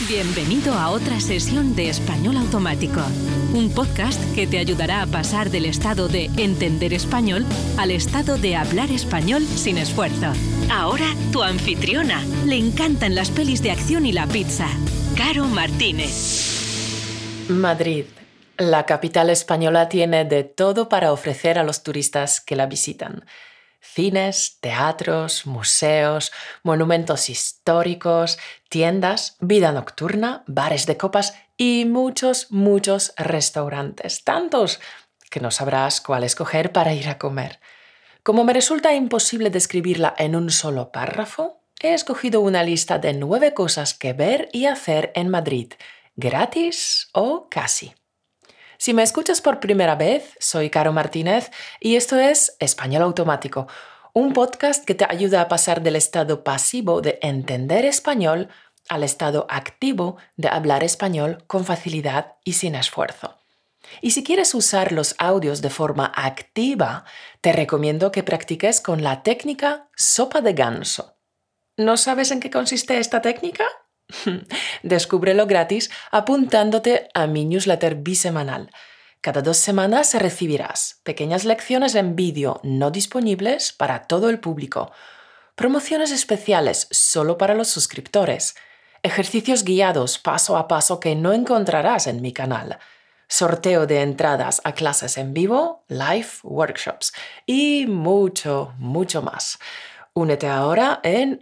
Bienvenido a otra sesión de Español Automático, un podcast que te ayudará a pasar del estado de entender español al estado de hablar español sin esfuerzo. Ahora, tu anfitriona. Le encantan las pelis de acción y la pizza. Caro Martínez. Madrid, la capital española, tiene de todo para ofrecer a los turistas que la visitan. Cines, teatros, museos, monumentos históricos, tiendas, vida nocturna, bares de copas y muchos restaurantes. Tantos que no sabrás cuál escoger para ir a comer. Como me resulta imposible describirla en un solo párrafo, he escogido una lista de 9 cosas que ver y hacer en Madrid, gratis o casi. Si me escuchas por primera vez, soy Caro Martínez y esto es Español Automático, un podcast que te ayuda a pasar del estado pasivo de entender español al estado activo de hablar español con facilidad y sin esfuerzo. Y si quieres usar los audios de forma activa, te recomiendo que practiques con la técnica sopa de ganso. ¿No sabes en qué consiste esta técnica? Descúbrelo gratis apuntándote a mi newsletter bisemanal. Cada 2 semanas recibirás pequeñas lecciones en vídeo no disponibles para todo el público, promociones especiales solo para los suscriptores, ejercicios guiados paso a paso que no encontrarás en mi canal, sorteo de entradas a clases en vivo, live workshops y mucho más. Únete ahora en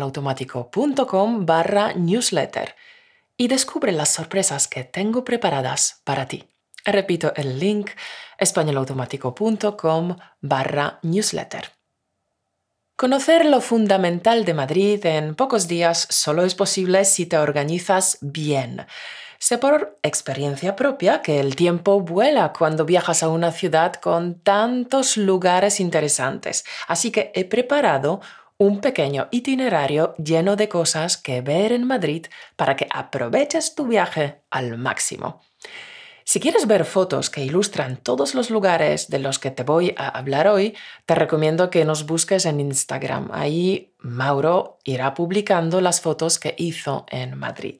españolautomático.com/newsletter y descubre las sorpresas que tengo preparadas para ti. Repito el link, españolautomático.com/newsletter. Conocer lo fundamental de Madrid en pocos días solo es posible si te organizas bien. Sé por experiencia propia que el tiempo vuela cuando viajas a una ciudad con tantos lugares interesantes, así que he preparado un pequeño itinerario lleno de cosas que ver en Madrid para que aproveches tu viaje al máximo. Si quieres ver fotos que ilustran todos los lugares de los que te voy a hablar hoy, te recomiendo que nos busques en Instagram. Ahí Mauro irá publicando las fotos que hizo en Madrid.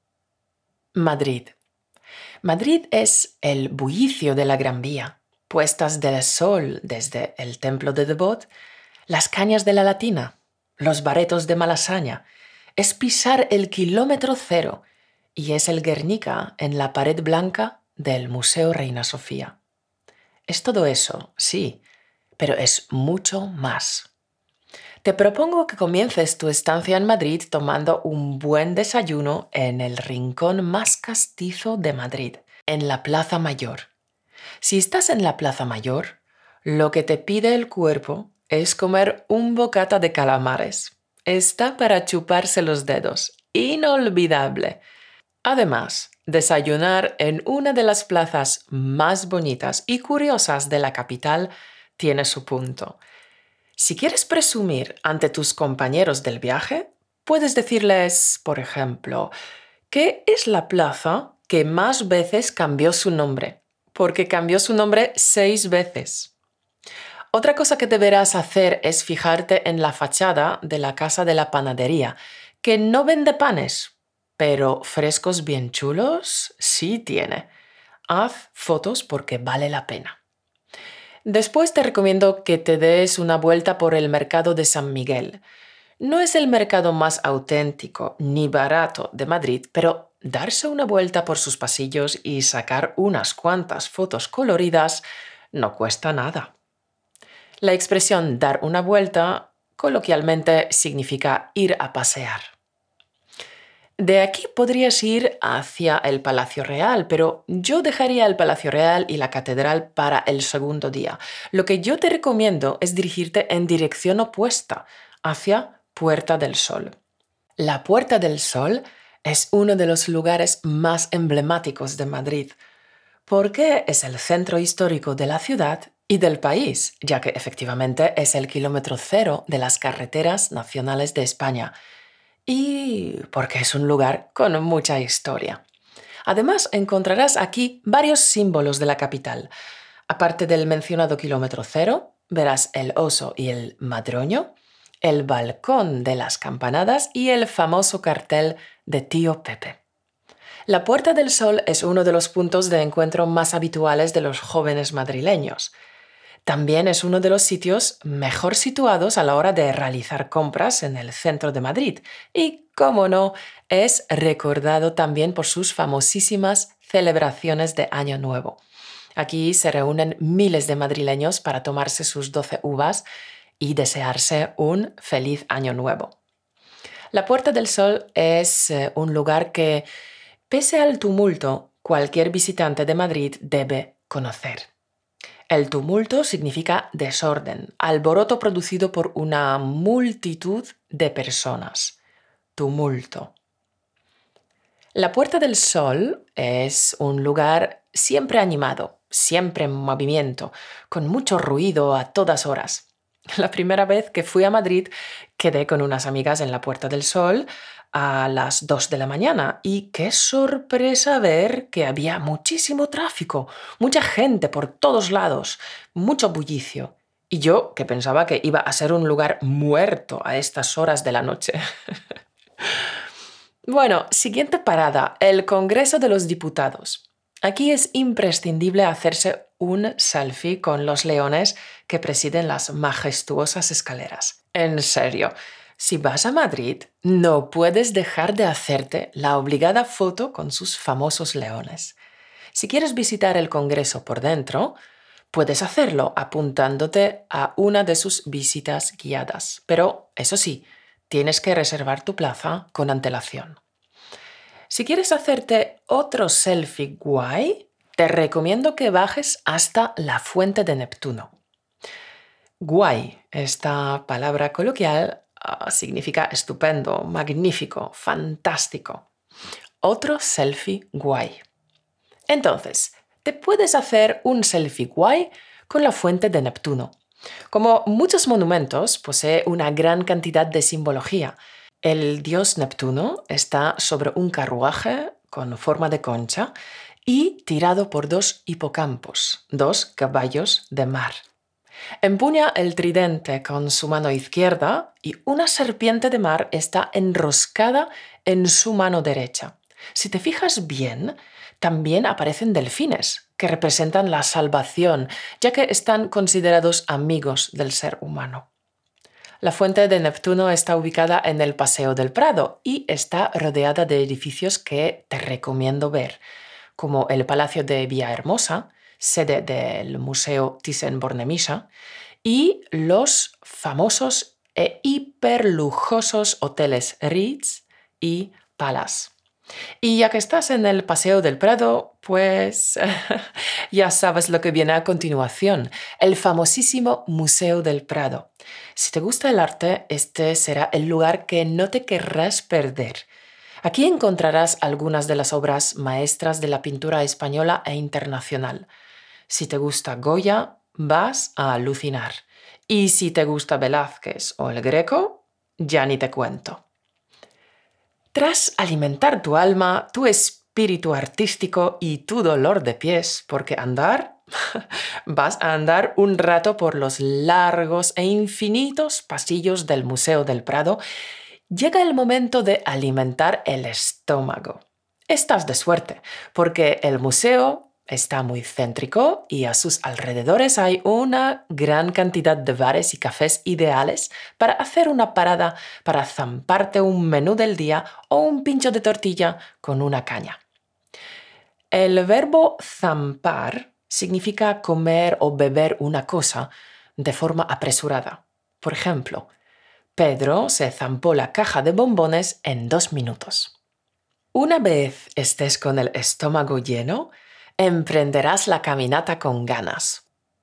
Madrid. Madrid es el bullicio de la Gran Vía, puestas del sol desde el Templo de Debod, las cañas de la Latina, los baretos de Malasaña, es pisar el kilómetro cero y es el Guernica en la pared blanca del Museo Reina Sofía. Es todo eso, sí, pero es mucho más. Te propongo que comiences tu estancia en Madrid tomando un buen desayuno en el rincón más castizo de Madrid, en la Plaza Mayor. Si estás en la Plaza Mayor, lo que te pide el cuerpo es comer un bocata de calamares. Está para chuparse los dedos. Inolvidable. Además, desayunar en una de las plazas más bonitas y curiosas de la capital tiene su punto. Si quieres presumir ante tus compañeros del viaje, puedes decirles, por ejemplo, que es la plaza que más veces cambió su nombre, porque cambió su nombre 6 veces. Otra cosa que deberás hacer es fijarte en la fachada de la Casa de la Panadería, que no vende panes, pero frescos bien chulos sí tiene. Haz fotos porque vale la pena. Después te recomiendo que te des una vuelta por el mercado de San Miguel. No es el mercado más auténtico ni barato de Madrid, pero darse una vuelta por sus pasillos y sacar unas cuantas fotos coloridas no cuesta nada. La expresión dar una vuelta coloquialmente significa ir a pasear. De aquí podrías ir hacia el Palacio Real, pero yo dejaría el Palacio Real y la Catedral para el segundo día. Lo que yo te recomiendo es dirigirte en dirección opuesta, hacia Puerta del Sol. La Puerta del Sol es uno de los lugares más emblemáticos de Madrid, porque es el centro histórico de la ciudad y del país, ya que efectivamente es el kilómetro cero de las carreteras nacionales de España, y porque es un lugar con mucha historia. Además, encontrarás aquí varios símbolos de la capital. Aparte del mencionado kilómetro cero, verás el oso y el madroño, el balcón de las campanadas y el famoso cartel de Tío Pepe. La Puerta del Sol es uno de los puntos de encuentro más habituales de los jóvenes madrileños. También es uno de los sitios mejor situados a la hora de realizar compras en el centro de Madrid y, como no, es recordado también por sus famosísimas celebraciones de Año Nuevo. Aquí se reúnen miles de madrileños para tomarse sus 12 uvas y desearse un feliz Año Nuevo. La Puerta del Sol es un lugar que, pese al tumulto, cualquier visitante de Madrid debe conocer. El tumulto significa desorden, alboroto producido por una multitud de personas. Tumulto. La Puerta del Sol es un lugar siempre animado, siempre en movimiento, con mucho ruido a todas horas. La primera vez que fui a Madrid quedé con unas amigas en la Puerta del Sol a las 2 de la mañana y qué sorpresa ver que había muchísimo tráfico, mucha gente por todos lados, mucho bullicio. Y yo, que pensaba que iba a ser un lugar muerto a estas horas de la noche. Bueno, siguiente parada, el Congreso de los Diputados. Aquí es imprescindible hacerse un selfie con los leones que presiden las majestuosas escaleras. En serio, si vas a Madrid, no puedes dejar de hacerte la obligada foto con sus famosos leones. Si quieres visitar el Congreso por dentro, puedes hacerlo apuntándote a una de sus visitas guiadas. Pero, eso sí, tienes que reservar tu plaza con antelación. Si quieres hacerte otro selfie guay, te recomiendo que bajes hasta la Fuente de Neptuno. Guay, esta palabra coloquial, significa estupendo, magnífico, fantástico. Otro selfie guay. Entonces, te puedes hacer un selfie guay con la Fuente de Neptuno. Como muchos monumentos, posee una gran cantidad de simbología. El dios Neptuno está sobre un carruaje con forma de concha y tirado por 2 hipocampos, 2 caballos de mar. Empuña el tridente con su mano izquierda y una serpiente de mar está enroscada en su mano derecha. Si te fijas bien, también aparecen delfines, que representan la salvación, ya que están considerados amigos del ser humano. La Fuente de Neptuno está ubicada en el Paseo del Prado y está rodeada de edificios que te recomiendo ver, como el Palacio de Villahermosa, sede del Museo Thyssen-Bornemisza, y los famosos e hiperlujosos hoteles Ritz y Palace. Y ya que estás en el Paseo del Prado, pues ya sabes lo que viene a continuación, el famosísimo Museo del Prado. Si te gusta el arte, este será el lugar que no te querrás perder. Aquí encontrarás algunas de las obras maestras de la pintura española e internacional. Si te gusta Goya, vas a alucinar. Y si te gusta Velázquez o el Greco, ya ni te cuento. Tras alimentar tu alma, tu espíritu artístico y tu dolor de pies, porque andar, vas a andar un rato por los largos e infinitos pasillos del Museo del Prado, llega el momento de alimentar el estómago. Estás de suerte, porque el museo está muy céntrico y a sus alrededores hay una gran cantidad de bares y cafés ideales para hacer una parada para zamparte un menú del día o un pincho de tortilla con una caña. El verbo zampar significa comer o beber una cosa de forma apresurada. Por ejemplo, Pedro se zampó la caja de bombones en 2 minutos. Una vez estés con el estómago lleno, emprenderás la caminata con ganas.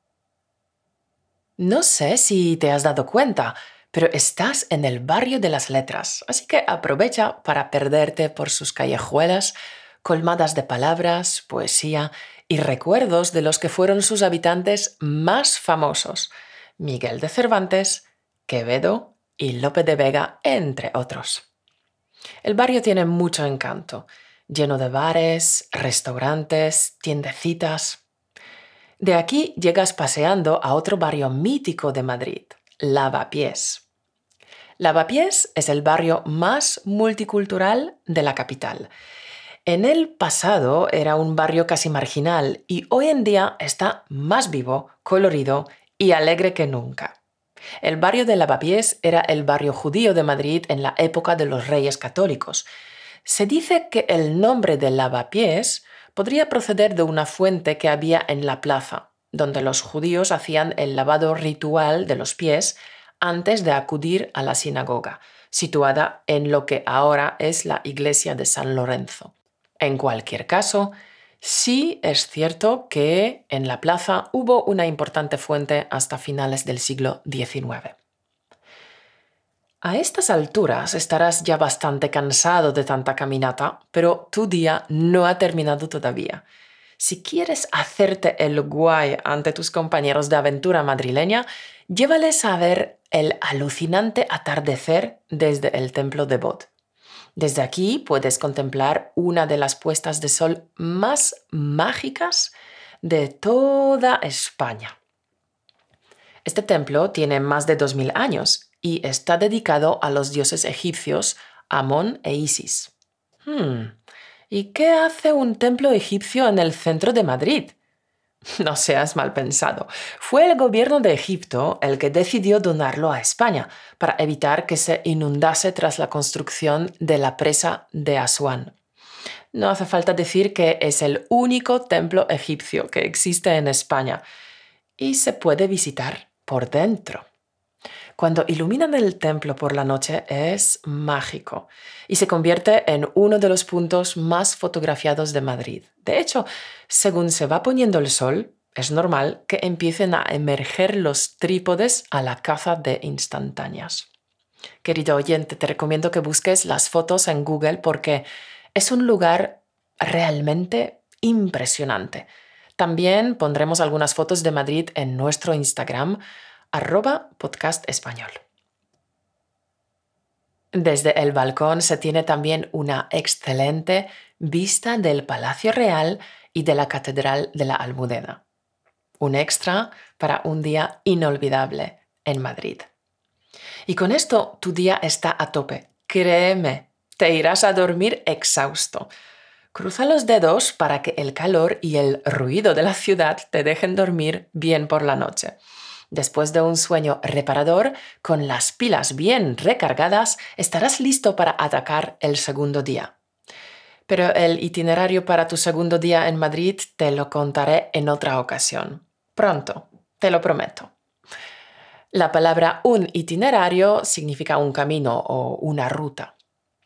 No sé si te has dado cuenta, pero estás en el barrio de las letras, así que aprovecha para perderte por sus callejuelas colmadas de palabras, poesía y recuerdos de los que fueron sus habitantes más famosos, Miguel de Cervantes, Quevedo y Lope de Vega, entre otros. El barrio tiene mucho encanto, lleno de bares, restaurantes, tiendecitas. De aquí llegas paseando a otro barrio mítico de Madrid, Lavapiés. Lavapiés es el barrio más multicultural de la capital. En el pasado era un barrio casi marginal y hoy en día está más vivo, colorido y alegre que nunca. El barrio de Lavapiés era el barrio judío de Madrid en la época de los Reyes Católicos. Se dice que el nombre de Lavapiés podría proceder de una fuente que había en la plaza, donde los judíos hacían el lavado ritual de los pies antes de acudir a la sinagoga, situada en lo que ahora es la iglesia de San Lorenzo. En cualquier caso, sí es cierto que en la plaza hubo una importante fuente hasta finales del siglo XIX. A estas alturas estarás ya bastante cansado de tanta caminata, pero tu día no ha terminado todavía. Si quieres hacerte el guay ante tus compañeros de aventura madrileña, llévales a ver el alucinante atardecer desde el Templo de Bod. Desde aquí puedes contemplar una de las puestas de sol más mágicas de toda España. Este templo tiene más de 2000 años y está dedicado a los dioses egipcios Amón e Isis. ¿Y qué hace un templo egipcio en el centro de Madrid? No seas mal pensado. Fue el gobierno de Egipto el que decidió donarlo a España para evitar que se inundase tras la construcción de la presa de Asuán. No hace falta decir que es el único templo egipcio que existe en España y se puede visitar por dentro. Cuando iluminan el templo por la noche es mágico y se convierte en uno de los puntos más fotografiados de Madrid. De hecho, según se va poniendo el sol, es normal que empiecen a emerger los trípodes a la caza de instantáneas. Querido oyente, te recomiendo que busques las fotos en Google porque es un lugar realmente impresionante. También pondremos algunas fotos de Madrid en nuestro Instagram, @podcastespañol. Desde el balcón se tiene también una excelente vista del Palacio Real y de la Catedral de la Almudena. Un extra para un día inolvidable en Madrid. Y con esto tu día está a tope. Créeme, te irás a dormir exhausto. Cruza los dedos para que el calor y el ruido de la ciudad te dejen dormir bien por la noche. Después de un sueño reparador, con las pilas bien recargadas, estarás listo para atacar el segundo día. Pero el itinerario para tu segundo día en Madrid te lo contaré en otra ocasión. Pronto, te lo prometo. La palabra un itinerario significa un camino o una ruta.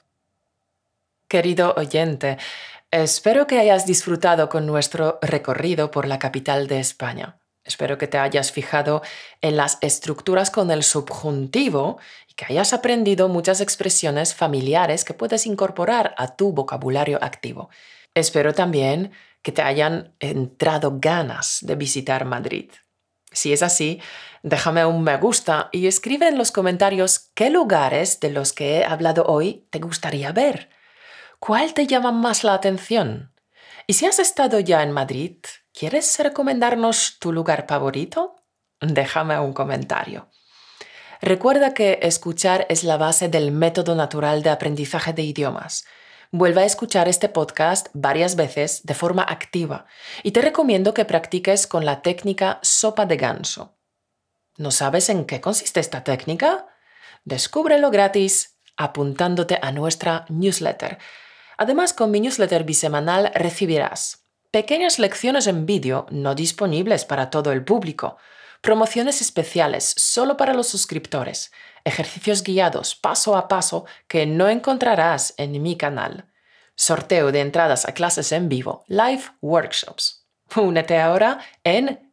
Querido oyente, espero que hayas disfrutado con nuestro recorrido por la capital de España. Espero que te hayas fijado en las estructuras con el subjuntivo y que hayas aprendido muchas expresiones familiares que puedes incorporar a tu vocabulario activo. Espero también que te hayan entrado ganas de visitar Madrid. Si es así, déjame un me gusta y escribe en los comentarios qué lugares de los que he hablado hoy te gustaría ver. ¿Cuál te llama más la atención? Y si has estado ya en Madrid, ¿quieres recomendarnos tu lugar favorito? Déjame un comentario. Recuerda que escuchar es la base del método natural de aprendizaje de idiomas. Vuelve a escuchar este podcast varias veces de forma activa y te recomiendo que practiques con la técnica sopa de ganso. ¿No sabes en qué consiste esta técnica? Descúbrelo gratis apuntándote a nuestra newsletter. Además, con mi newsletter bisemanal recibirás pequeñas lecciones en vídeo no disponibles para todo el público, promociones especiales solo para los suscriptores, ejercicios guiados paso a paso que no encontrarás en mi canal, sorteo de entradas a clases en vivo, live workshops. Únete ahora en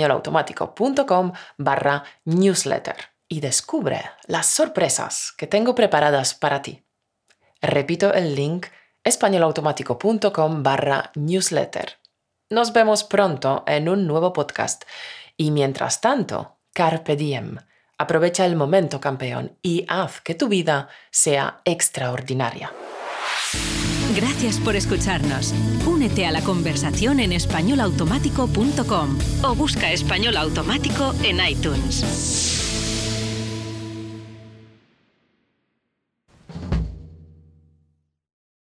españolautomático.com/newsletter y descubre las sorpresas que tengo preparadas para ti. Repito el link: españolautomático.com/newsletter. Nos vemos pronto en un nuevo podcast. Y mientras tanto, carpe diem. Aprovecha el momento, campeón, y haz que tu vida sea extraordinaria. Gracias por escucharnos. Únete a la conversación en españolautomático.com o busca Español Automático en iTunes.